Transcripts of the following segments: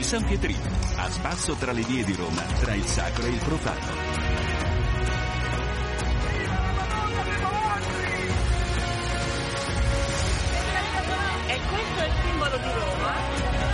San Pietrino, a spasso tra le vie di Roma, tra il sacro e il profano. E questo è il simbolo di Roma.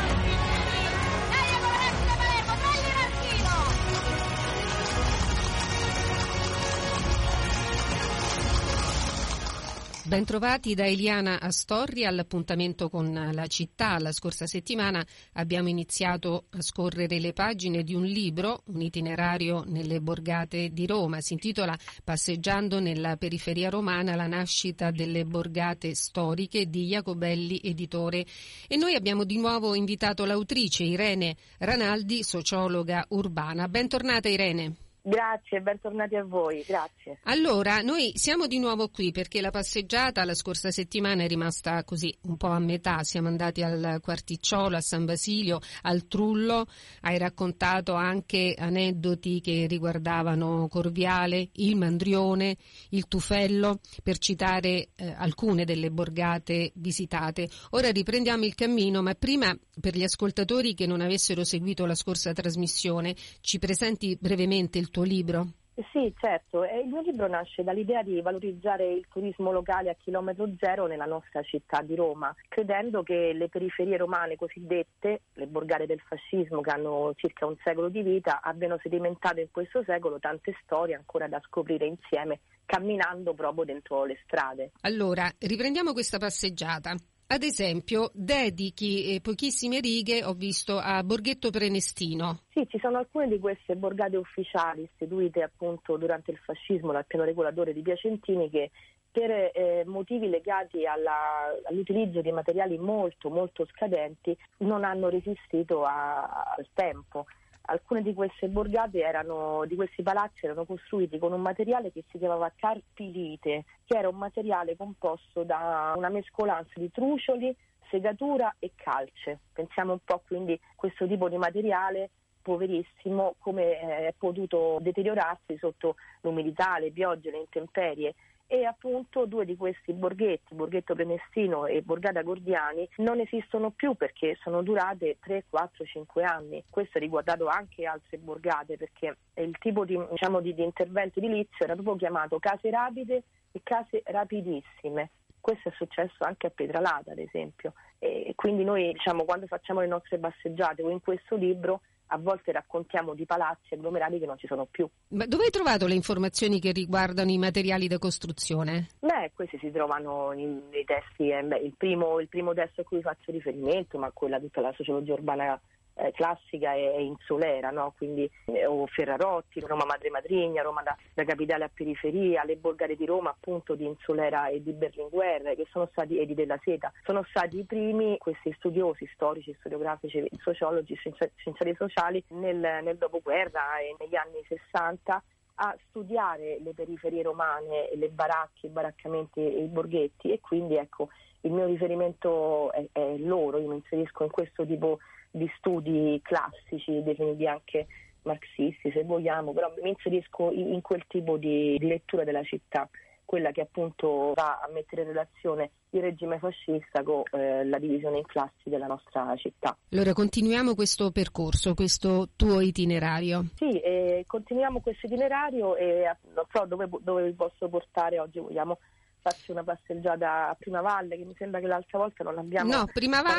Bentrovati da Eliana Astorri all'appuntamento con la città. La scorsa settimana abbiamo iniziato a scorrere le pagine di un libro, un itinerario nelle borgate di Roma. Si intitola Passeggiando nella periferia romana, la nascita delle borgate storiche di Jacobelli Editore. E noi abbiamo di nuovo invitato l'autrice Irene Ranaldi, sociologa urbana. Bentornata Irene. Grazie, bentornati a voi, grazie. Allora, noi siamo di nuovo qui perché la passeggiata la scorsa settimana è rimasta così un po' a metà. Siamo andati al Quarticciolo, a San Basilio, al Trullo. Hai raccontato anche aneddoti che riguardavano Corviale, il Mandrione, il Tufello, per citare alcune delle borgate visitate. Ora riprendiamo il cammino, ma prima, per gli ascoltatori che non avessero seguito la scorsa trasmissione, ci presenti brevemente il tuo libro? Sì, certo. Il mio libro nasce dall'idea di valorizzare il turismo locale a chilometro zero nella nostra città di Roma, credendo che le periferie romane cosiddette, le borgate del fascismo che hanno circa un secolo di vita, abbiano sedimentato in questo secolo tante storie ancora da scoprire insieme, camminando proprio dentro le strade. Allora, riprendiamo questa passeggiata. Ad esempio, dedichi pochissime righe, ho visto, a Borghetto Prenestino. Sì, ci sono alcune di queste borgate ufficiali istituite appunto durante il fascismo dal piano regolatore di Piacentini che per motivi legati all'utilizzo di materiali molto molto scadenti non hanno resistito al tempo. Alcune di queste borgate di questi palazzi erano costruiti con un materiale che si chiamava carpilite, che era un materiale composto da una mescolanza di trucioli, segatura e calce. Pensiamo un po' quindi a questo tipo di materiale poverissimo come è potuto deteriorarsi sotto l'umidità, le piogge, le intemperie. E appunto due di questi borghetti, Borghetto Prenestino e Borgata Gordiani, non esistono più perché sono durate 3, 4, 5 anni. Questo ha riguardato anche altre borgate perché il tipo di intervento edilizio era proprio chiamato case rapide e case rapidissime. Questo è successo anche a Pietralata, ad esempio. E quindi noi, quando facciamo le nostre passeggiate o in questo libro, a volte raccontiamo di palazzi agglomerati che non ci sono più. Ma dove hai trovato le informazioni che riguardano i materiali da costruzione? Questi si trovano nei testi, il primo testo a cui faccio riferimento, ma quella tutta la sociologia urbana classica è Insolera, no? Quindi o Ferrarotti, Roma Madre Matrigna, Roma da capitale a periferia, le borgate di Roma appunto di Insolera e di Berlinguer, che sono stati, e di Della Seta, sono stati i primi questi studiosi storici, storiografici, sociologi, scienziati sociali nel dopoguerra e negli anni 60 a studiare le periferie romane, le baracche, i baraccamenti e i borghetti, e quindi ecco il mio riferimento è loro. Io mi inserisco in questo tipo di studi classici, definiti anche marxisti se vogliamo, però mi inserisco in quel tipo di lettura della città, quella che appunto va a mettere in relazione il regime fascista con la divisione in classi della nostra città. Allora continuiamo questo percorso, questo tuo itinerario. Sì, continuiamo questo itinerario e non so dove vi posso portare oggi. Vogliamo farci una passeggiata a Primavalle, che mi sembra che l'altra volta non l'abbiamo. No,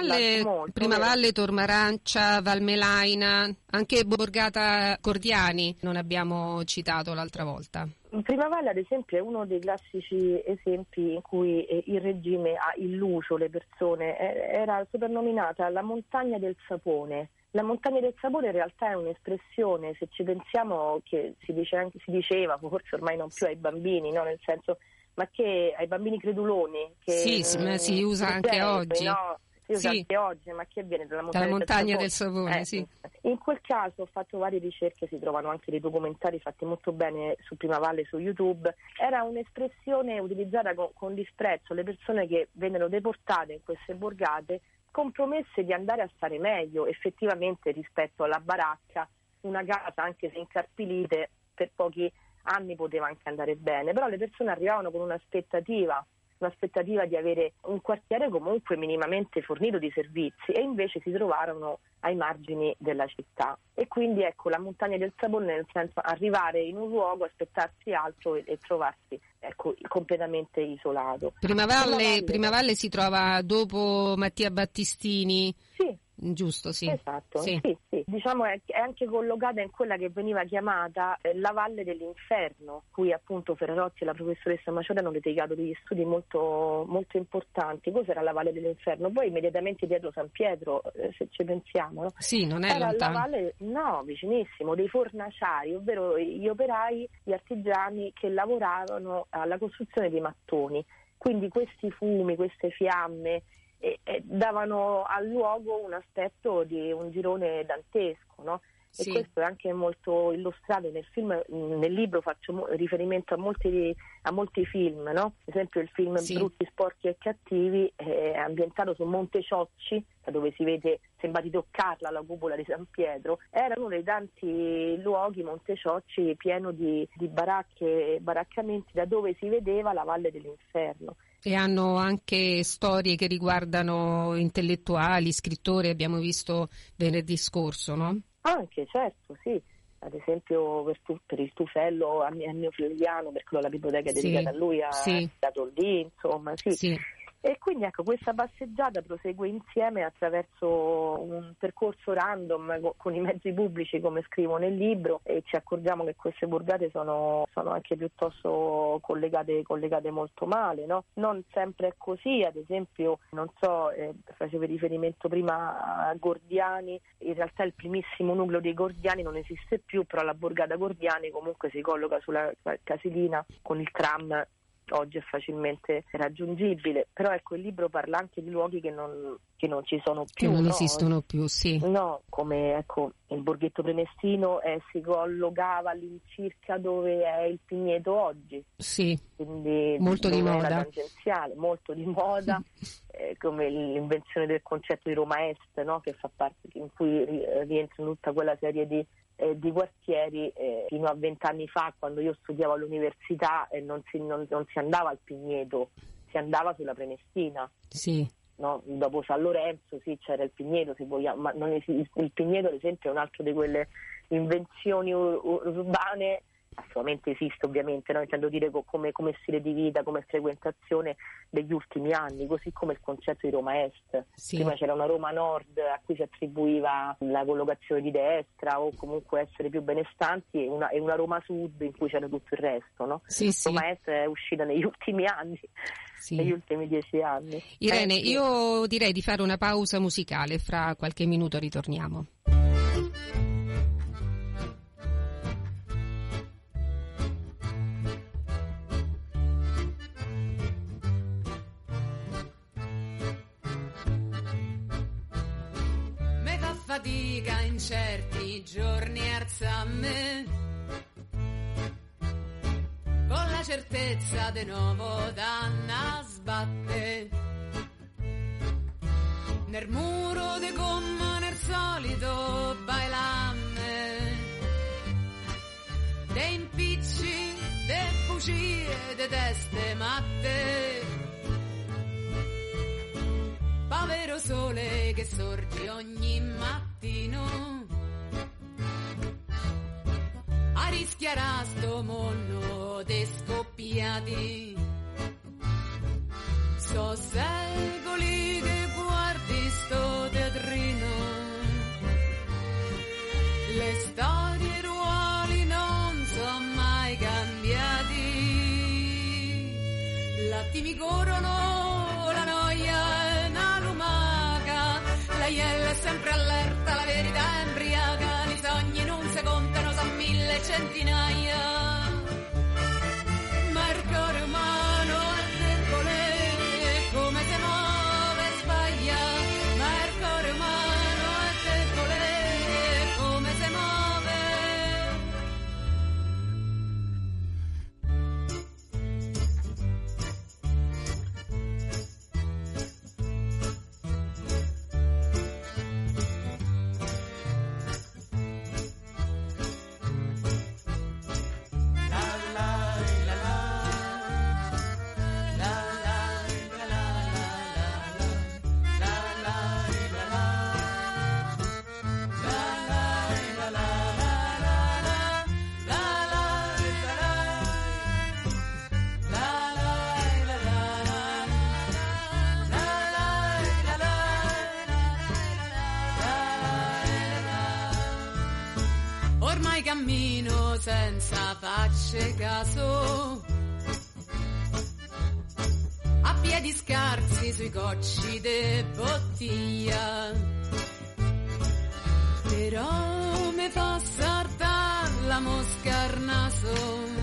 Primavalle, Tormarancia, Valmelaina, anche Borgata Gordiani non abbiamo citato l'altra volta. Primavalle ad esempio è uno dei classici esempi in cui il regime ha illuso le persone. Era soprannominata la montagna del sapone. La montagna del sapone in realtà è un'espressione, se ci pensiamo, che si diceva, forse ormai non più ai bambini, no? Nel senso, ma che ai bambini creduloni che ma si usa anche oggi, no? Si usa anche oggi, ma che viene dalla montagna del sapone, sì. In quel caso ho fatto varie ricerche, si trovano anche dei documentari fatti molto bene su Primavalle, su YouTube. Era un'espressione utilizzata con disprezzo, le persone che vennero deportate in queste borgate compromesse di andare a stare meglio effettivamente rispetto alla baracca. Una casa, anche se incarpilite, per pochi anni poteva anche andare bene, però le persone arrivavano con un'aspettativa un'aspettativa di avere un quartiere comunque minimamente fornito di servizi, e invece si trovarono ai margini della città. E quindi ecco, la montagna del sapone, nel senso arrivare in un luogo, aspettarsi altro e trovarsi completamente isolato. Primavalle si trova dopo Mattia Battistini? Sì. Giusto, sì. Esatto, sì. Diciamo è anche collocata in quella che veniva chiamata la Valle dell'Inferno, cui appunto Ferrarotti e la professoressa Maciore hanno dedicato degli studi molto, molto importanti. Cos'era la Valle dell'Inferno? Poi immediatamente dietro San Pietro, se ci pensiamo, no? Sì, non è era lontano. La valle, no, vicinissimo, dei fornaciari, ovvero gli operai, gli artigiani che lavoravano alla costruzione dei mattoni. Quindi questi fumi, queste fiamme davano al luogo un aspetto di un girone dantesco, no? Sì. E questo è anche molto illustrato nel film. Nel libro faccio riferimento a molti film, no? Ad esempio il film Sì. Brutti, sporchi e cattivi è ambientato su Monte Ciocci, da dove si vede, sembra di toccarla la cupola di San Pietro. Era uno dei tanti luoghi, Monte Ciocci, pieno di baracche e baraccamenti, da dove si vedeva la Valle dell'Inferno. E hanno anche storie che riguardano intellettuali, scrittori, abbiamo visto venerdì scorso, no? Anche, certo, sì. Ad esempio per il Tufello a mio Fioriano, perché la biblioteca è dedicata a lui, da Toldì, insomma, sì. E quindi ecco, questa passeggiata prosegue insieme attraverso un percorso random con i mezzi pubblici, come scrivo nel libro, e ci accorgiamo che queste borgate sono anche piuttosto collegate molto male, no? Non sempre è così. Ad esempio, non so, facevo riferimento prima a Gordiani. In realtà il primissimo nucleo dei Gordiani non esiste più, però la borgata Gordiani comunque si colloca sulla Casilina con il tram. Oggi è facilmente raggiungibile, però ecco, il libro parla anche di luoghi che non ci sono più, che non no? esistono più, sì. No, come ecco il borghetto Prenestino si collocava all'incirca dove è il Pigneto oggi. Sì. Quindi molto di moda. Tangenziale, molto di moda, come l'invenzione del concetto di Roma Est, no? Che fa parte, in cui rientra in tutta quella serie di quartieri. Fino a 20 anni fa, quando io studiavo all'università, non si andava al Pigneto, si andava sulla Prenestina. Sì. No? Dopo San Lorenzo sì, c'era il Pigneto, ma il Pigneto ad esempio è un'altra di quelle invenzioni urbane. Assolutamente esiste, ovviamente, no? Intendo dire come stile di vita, come frequentazione degli ultimi anni, così come il concetto di Roma Est. Sì. Prima c'era una Roma Nord a cui si attribuiva la collocazione di destra o comunque essere più benestanti, e una Roma Sud in cui c'era tutto il resto, no? Sì. Roma Est è uscita negli ultimi anni, negli ultimi 10 anni. Irene, sì. Io direi di fare una pausa musicale, fra qualche minuto ritorniamo. Fatica in certi giorni alzarmi con la certezza di nuovo danna sbatte nel muro di gomma, nel solito bailamme dei impicci, de bugie, de teste matte. Povero sole che sorge ogni mattino, a rischiare sto mondo de scoppiati. So secoli che guardi sto teatrino, le storie e i ruoli non sono mai cambiati. L'attimi corrono, la noia è sempre allerta, la verità è embriaca, i sogni non si contano, sono 1000 centinaia. Ma il cuore umano è debole, come si muove e sbaglia. Ma il cuore umano è debole, come si muove. ormai cammino senza farci caso, a piedi scarsi sui cocci de bottiglia, però mi fa saltare la mosca al naso.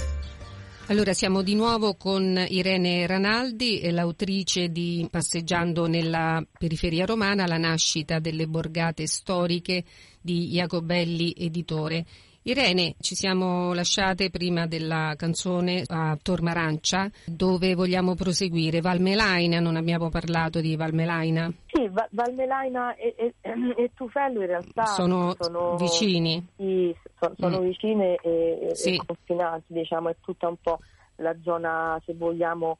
Allora siamo di nuovo con Irene Ranaldi, l'autrice di Passeggiando nella periferia romana, la nascita delle borgate storiche di Jacobelli Editore. Irene, ci siamo lasciate prima della canzone a Tormarancia, dove vogliamo proseguire. Valmelaina, non abbiamo parlato di Valmelaina. Sì, Valmelaina e Tufello in realtà sono vicini. Sì, sono vicine e confinanti, diciamo, è tutta un po' la zona, se vogliamo,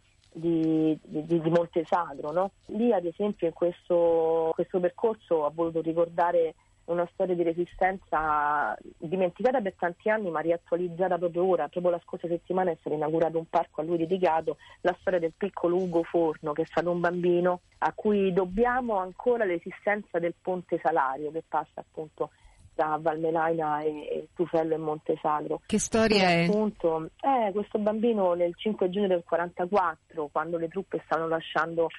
di Montesagro, no? Lì ad esempio in questo percorso ho voluto ricordare una storia di resistenza dimenticata per tanti anni ma riattualizzata proprio ora. Proprio la scorsa settimana è stato inaugurato un parco a lui dedicato, la storia del piccolo Ugo Forno, che è stato un bambino a cui dobbiamo ancora l'esistenza del ponte Salario che passa appunto da Valmelaina e Tufello e Montesagro. Che storia è? Appunto, questo bambino nel 5 giugno del 44, quando le truppe stavano lasciando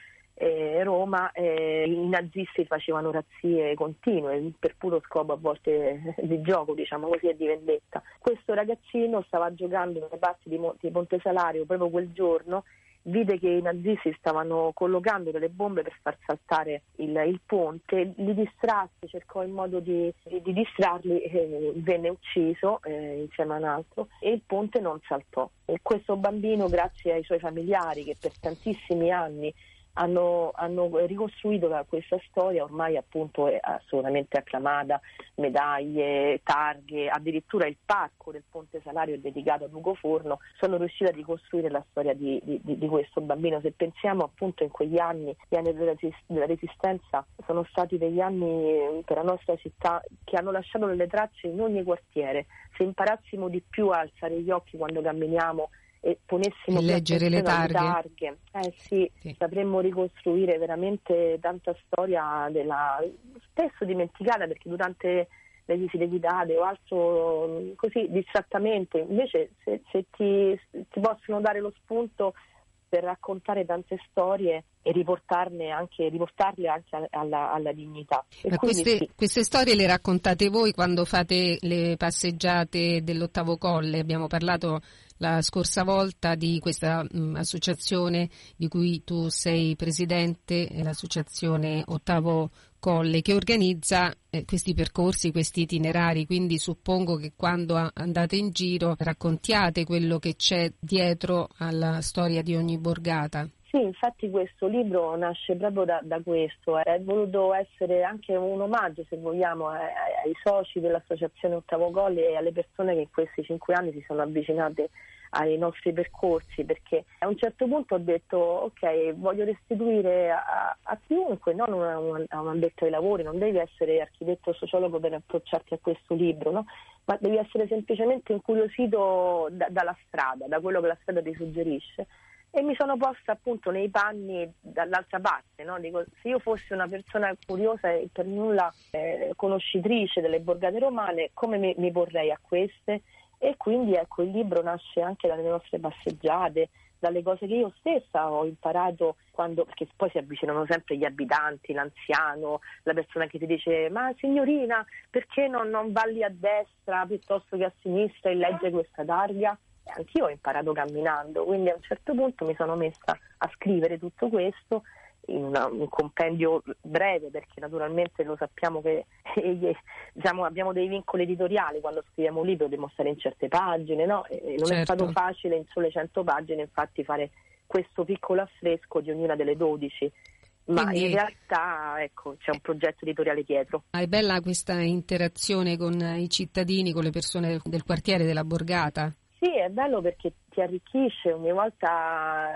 Roma, i nazisti facevano razzie continue per puro scopo a volte di gioco, diciamo così, e di vendetta. Questo ragazzino stava giocando nelle parti di Ponte Salario proprio quel giorno, vide che i nazisti stavano collocando delle bombe per far saltare il ponte, li distrasse, cercò in modo di distrarli, venne ucciso insieme a un altro e il ponte non saltò. E questo bambino, grazie ai suoi familiari che per tantissimi anni hanno ricostruito questa storia, ormai appunto è assolutamente acclamata, medaglie, targhe, addirittura il parco del Ponte Salario è dedicato ad Ugo Forno, sono riusciti a ricostruire la storia di questo bambino. Se pensiamo appunto in quegli anni, gli anni della Resistenza, sono stati degli anni per la nostra città che hanno lasciato delle tracce in ogni quartiere. Se imparassimo di più a alzare gli occhi quando camminiamo e ponessimo leggere le targhe, sì, sapremmo ricostruire veramente tanta storia spesso dimenticata, perché durante le visite guidate o altro così distrattamente, invece se ti possono dare lo spunto per raccontare tante storie e riportarle anche alla dignità. E queste storie le raccontate voi quando fate le passeggiate dell'Ottavo Colle? Abbiamo parlato la scorsa volta di questa associazione di cui tu sei presidente, l'associazione Ottavo Colle, che organizza questi percorsi, questi itinerari, quindi suppongo che quando andate in giro raccontiate quello che c'è dietro alla storia di ogni borgata. Sì, infatti questo libro nasce proprio da questo, è voluto essere anche un omaggio, se vogliamo, ai soci dell'associazione Ottavo Colle e alle persone che in questi 5 anni si sono avvicinate ai nostri percorsi, perché a un certo punto ho detto ok, voglio restituire a chiunque, non a un addetto ai lavori, non devi essere architetto o sociologo per approcciarti a questo libro, no? Ma devi essere semplicemente incuriosito dalla strada, da quello che la strada ti suggerisce. E mi sono posta appunto nei panni dall'altra parte, no? Dico, se io fossi una persona curiosa e per nulla conoscitrice delle borgate romane, come mi porrei a queste? E quindi ecco, il libro nasce anche dalle nostre passeggiate, dalle cose che io stessa ho imparato perché poi si avvicinano sempre gli abitanti, l'anziano, la persona che ti dice ma signorina, perché non va lì a destra piuttosto che a sinistra e legge questa targa? Anch'io ho imparato camminando, quindi a un certo punto mi sono messa a scrivere tutto questo in un compendio breve, perché naturalmente lo sappiamo che diciamo, abbiamo dei vincoli editoriali quando scriviamo un libro, dobbiamo stare in certe pagine, no? E non è stato facile in sole 100 pagine infatti fare questo piccolo affresco di ognuna delle 12. Ma quindi, in realtà ecco, c'è un progetto editoriale dietro. È bella questa interazione con i cittadini, con le persone del quartiere, della borgata. Sì, è è bello perché ti arricchisce, ogni volta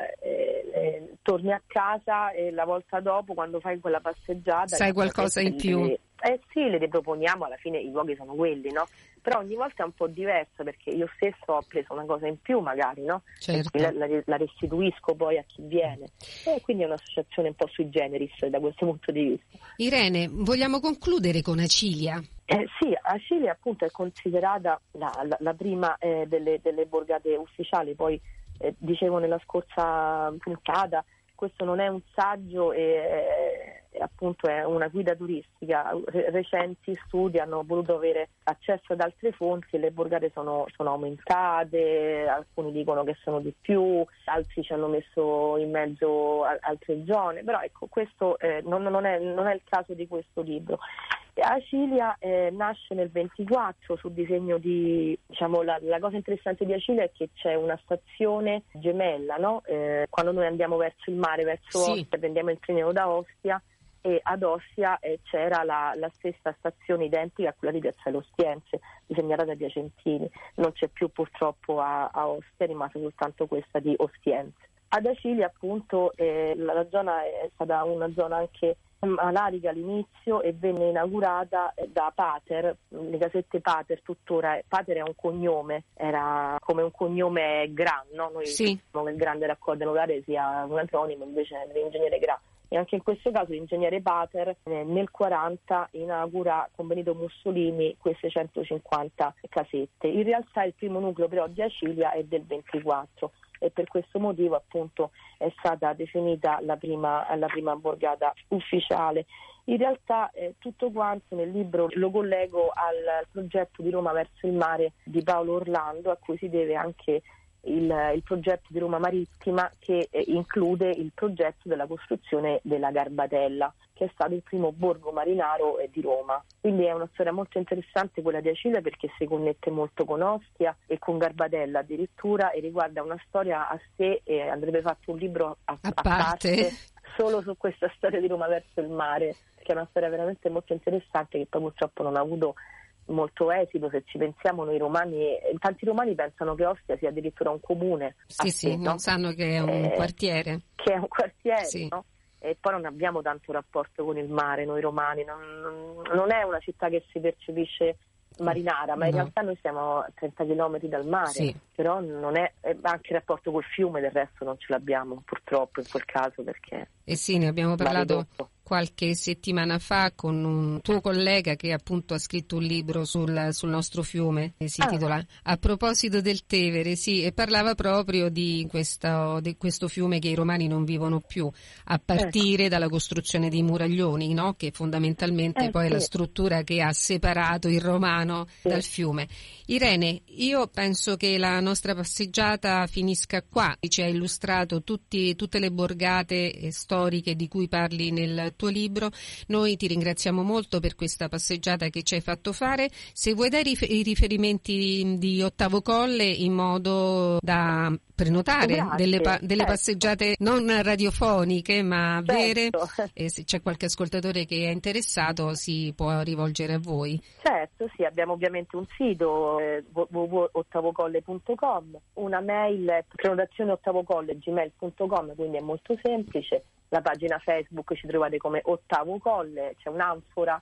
torni a casa e la volta dopo, quando fai quella passeggiata, sai qualcosa in più. Sì, le riproponiamo, alla fine i luoghi sono quelli, no? Però ogni volta è un po' diverso, perché io stesso ho preso una cosa in più magari, no? Certo. E la restituisco poi a chi viene, e quindi è un'associazione un po' sui generis da questo punto di vista. Irene, vogliamo concludere con Acilia? Sì, Acilia appunto è considerata la prima delle borgate ufficiali. Poi dicevo nella scorsa puntata, questo non è un saggio, appunto è una guida turistica. Recenti studi hanno voluto avere accesso ad altre fonti e le borgate sono aumentate, alcuni dicono che sono di più, altri ci hanno messo in mezzo altre zone, però ecco, questo non è il caso di questo libro. Acilia nasce nel 24 sul disegno di, diciamo, la cosa interessante di Acilia è che c'è una stazione gemella, no? Quando noi andiamo verso il mare, verso Ostia, prendiamo il treno da Ostia, e ad Ostia c'era la stessa stazione identica a quella di Piazzale Ostiense, disegnata da Piacentini. Non c'è più purtroppo a Ostia, è rimasta soltanto questa di Ostiense. Ad Acilia appunto la zona è stata una zona anche malarica all'inizio e venne inaugurata da Pater, le casette Pater tuttora. Pater è un cognome, era come un cognome Gran, no? Noi diciamo che il grande raccordo nucleare sia un acronimo, invece l'ingegnere Gran. E anche in questo caso l'ingegnere Pater nel 40 inaugura con Benito Mussolini queste 150 casette. In realtà il primo nucleo però di Acilia è del 24 e per questo motivo appunto è stata definita la prima borgata ufficiale. In realtà tutto quanto nel libro lo collego al progetto di Roma verso il mare di Paolo Orlando, a cui si deve anche il progetto di Roma Marittima, che include il progetto della costruzione della Garbatella, che è stato il primo borgo marinaro di Roma. Quindi è una storia molto interessante quella di Acilia, perché si connette molto con Ostia e con Garbatella addirittura, e riguarda una storia a sé, e andrebbe fatto un libro a parte solo su questa storia di Roma verso il mare, che è una storia veramente molto interessante, che poi purtroppo non ha avuto molto esito. Se ci pensiamo noi romani, tanti romani pensano che Ostia sia addirittura un comune, no? Non sanno che è un quartiere, no? E poi non abbiamo tanto rapporto con il mare noi romani, non è una città che si percepisce marinara, ma in realtà noi siamo a 30 chilometri dal mare, però non è, anche il rapporto col fiume del resto non ce l'abbiamo purtroppo in quel caso, perché ne abbiamo parlato qualche settimana fa con un tuo collega che appunto ha scritto un libro sul nostro fiume, che si intitola A proposito del Tevere, e parlava proprio di questo fiume che i romani non vivono più, a partire dalla costruzione dei muraglioni, no? Che fondamentalmente poi è la struttura che ha separato il romano dal fiume. Irene, io penso che la nostra passeggiata finisca qua. Ci hai illustrato tutte le borgate storiche di cui parli nel tuo libro. Noi ti ringraziamo molto per questa passeggiata che ci hai fatto fare. Se vuoi dare i riferimenti di Ottavo Colle in modo da prenotare delle passeggiate non radiofoniche ma vere, e se c'è qualche ascoltatore che è interessato si può rivolgere a voi. Certo, sì, abbiamo ovviamente un sito www.ottavocolle.com, una mail prenotazione@ottavocolle@gmail.com, quindi è molto semplice. La pagina Facebook ci trovate come Ottavo Colle, c'è un'anfora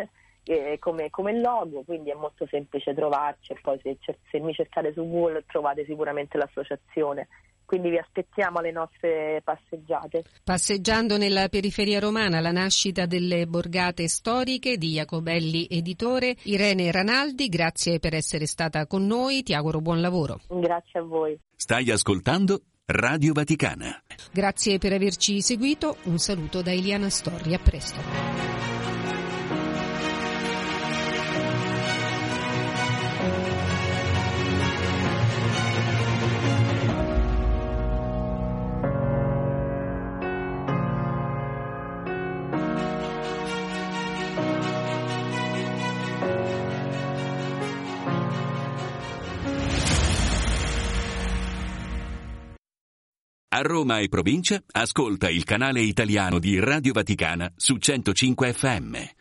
come logo, quindi è molto semplice trovarci, e poi se mi cercate su Google trovate sicuramente l'associazione. Quindi vi aspettiamo alle nostre passeggiate. Passeggiando nella periferia romana, la nascita delle borgate storiche di Jacobelli Editore. Irene Ranaldi, grazie per essere stata con noi, ti auguro buon lavoro. Grazie a voi. Stai ascoltando Radio Vaticana. Grazie per averci seguito, un saluto da Eliana Storri, a presto. A Roma e provincia, ascolta il canale italiano di Radio Vaticana su 105 FM.